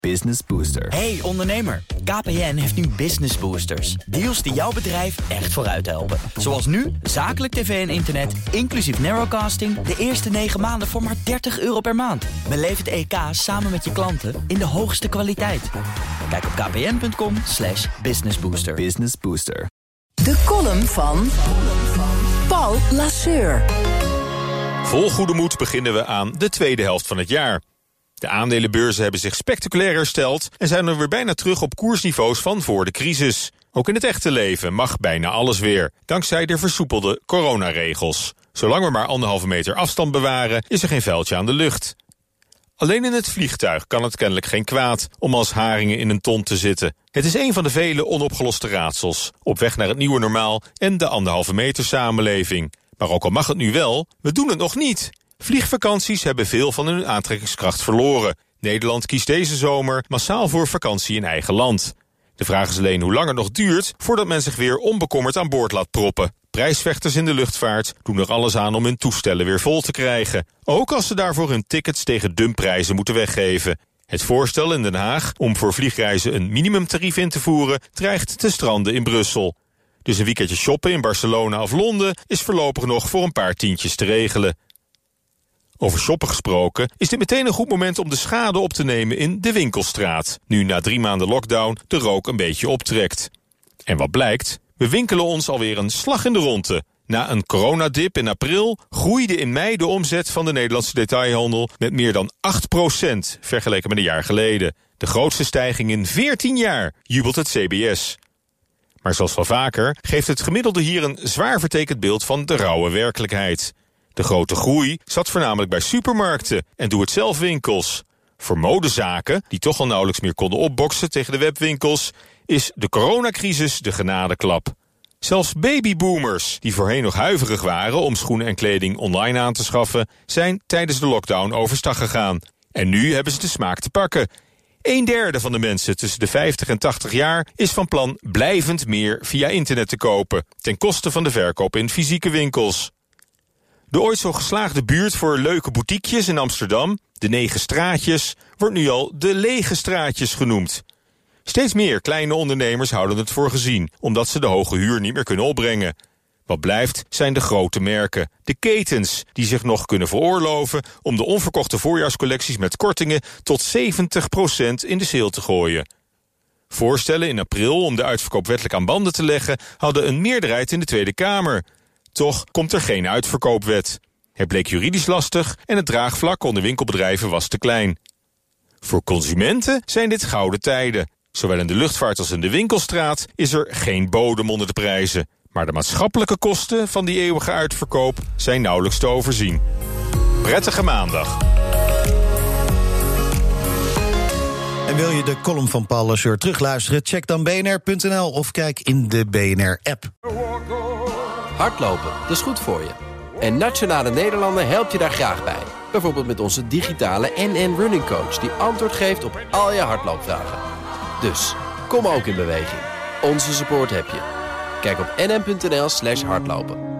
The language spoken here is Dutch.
Business Booster. Hey ondernemer, KPN heeft nu Business Boosters. Deals die jouw bedrijf echt vooruit helpen. Zoals nu, zakelijk tv en internet, inclusief narrowcasting... de eerste 9 maanden voor maar €30 per maand. Beleef het EK samen met je klanten in de hoogste kwaliteit. Kijk op kpn.com/businessbooster. Business Booster. De column van Paul Lasseur. Vol goede moed beginnen we aan de tweede helft van het jaar. De aandelenbeurzen hebben zich spectaculair hersteld en zijn er weer bijna terug op koersniveaus van voor de crisis. Ook in het echte leven mag bijna alles weer, dankzij de versoepelde coronaregels. Zolang we maar 1,5 meter afstand bewaren, is er geen vuiltje aan de lucht. Alleen in het vliegtuig kan het kennelijk geen kwaad om als haringen in een ton te zitten. Het is een van de vele onopgeloste raadsels, op weg naar het nieuwe normaal en de 1,5 meter samenleving. Maar ook al mag het nu wel, we doen het nog niet. Vliegvakanties hebben veel van hun aantrekkingskracht verloren. Nederland kiest deze zomer massaal voor vakantie in eigen land. De vraag is alleen hoe lang het nog duurt voordat men zich weer onbekommerd aan boord laat proppen. Prijsvechters in de luchtvaart doen er alles aan om hun toestellen weer vol te krijgen. Ook als ze daarvoor hun tickets tegen dumpprijzen moeten weggeven. Het voorstel in Den Haag om voor vliegreizen een minimumtarief in te voeren dreigt te stranden in Brussel. Dus een weekendje shoppen in Barcelona of Londen is voorlopig nog voor een paar tientjes te regelen. Over shoppen gesproken is dit meteen een goed moment om de schade op te nemen in de winkelstraat. Nu na 3 maanden lockdown de rook een beetje optrekt. En wat blijkt? We winkelen ons alweer een slag in de ronde. Na een coronadip in april groeide in mei de omzet van de Nederlandse detailhandel met meer dan 8% vergeleken met een jaar geleden. De grootste stijging in 14 jaar, jubelt het CBS. Maar zoals wel vaker geeft het gemiddelde hier een zwaar vertekend beeld van de rauwe werkelijkheid. De grote groei zat voornamelijk bij supermarkten en doe-het-zelf-winkels. Voor modezaken, die toch al nauwelijks meer konden opboksen tegen de webwinkels, is de coronacrisis de genadeklap. Zelfs babyboomers, die voorheen nog huiverig waren om schoenen en kleding online aan te schaffen, zijn tijdens de lockdown overstag gegaan. En nu hebben ze de smaak te pakken. 1/3 van de mensen tussen de 50 en 80 jaar is van plan blijvend meer via internet te kopen, ten koste van de verkoop in fysieke winkels. De ooit zo geslaagde buurt voor leuke boutiquejes in Amsterdam, de 9 straatjes, wordt nu al de lege straatjes genoemd. Steeds meer kleine ondernemers houden het voor gezien, omdat ze de hoge huur niet meer kunnen opbrengen. Wat blijft zijn de grote merken, de ketens, die zich nog kunnen veroorloven om de onverkochte voorjaarscollecties met kortingen tot 70% in de sale te gooien. Voorstellen in april om de uitverkoop wettelijk aan banden te leggen hadden een meerderheid in de Tweede Kamer. Toch komt er geen uitverkoopwet. Het bleek juridisch lastig en het draagvlak onder winkelbedrijven was te klein. Voor consumenten zijn dit gouden tijden. Zowel in de luchtvaart als in de winkelstraat is er geen bodem onder de prijzen. Maar de maatschappelijke kosten van die eeuwige uitverkoop zijn nauwelijks te overzien. Prettige maandag. En wil je de column van Paul Lasseur terugluisteren? Check dan bnr.nl of kijk in de BNR-app. Hardlopen, dat is goed voor je. En Nationale Nederlanden helpt je daar graag bij. Bijvoorbeeld met onze digitale NN Running Coach, die antwoord geeft op al je hardloopvragen. Dus, kom ook in beweging. Onze support heb je. Kijk op nn.nl/hardlopen.